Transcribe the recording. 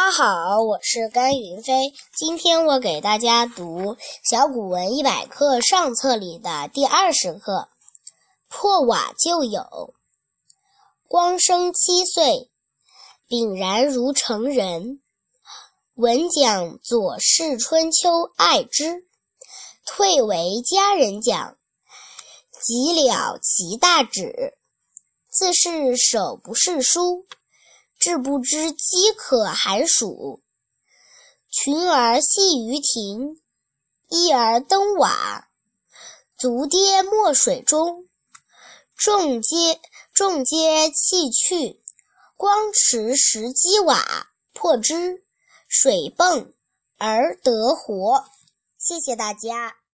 家好，我是甘云飞。今天我给大家读小古文100课上册里的第20课，破瓦救友。光生7岁，炳然如成人。闻讲左氏春秋爱之，退为家人讲，即了其大旨。自是手不释书，志不知饥渴寒暑。群儿戏于庭，一儿登瓦。足跌没水中，众皆弃去。光持石击瓦，破之，水迸而得活。谢谢大家。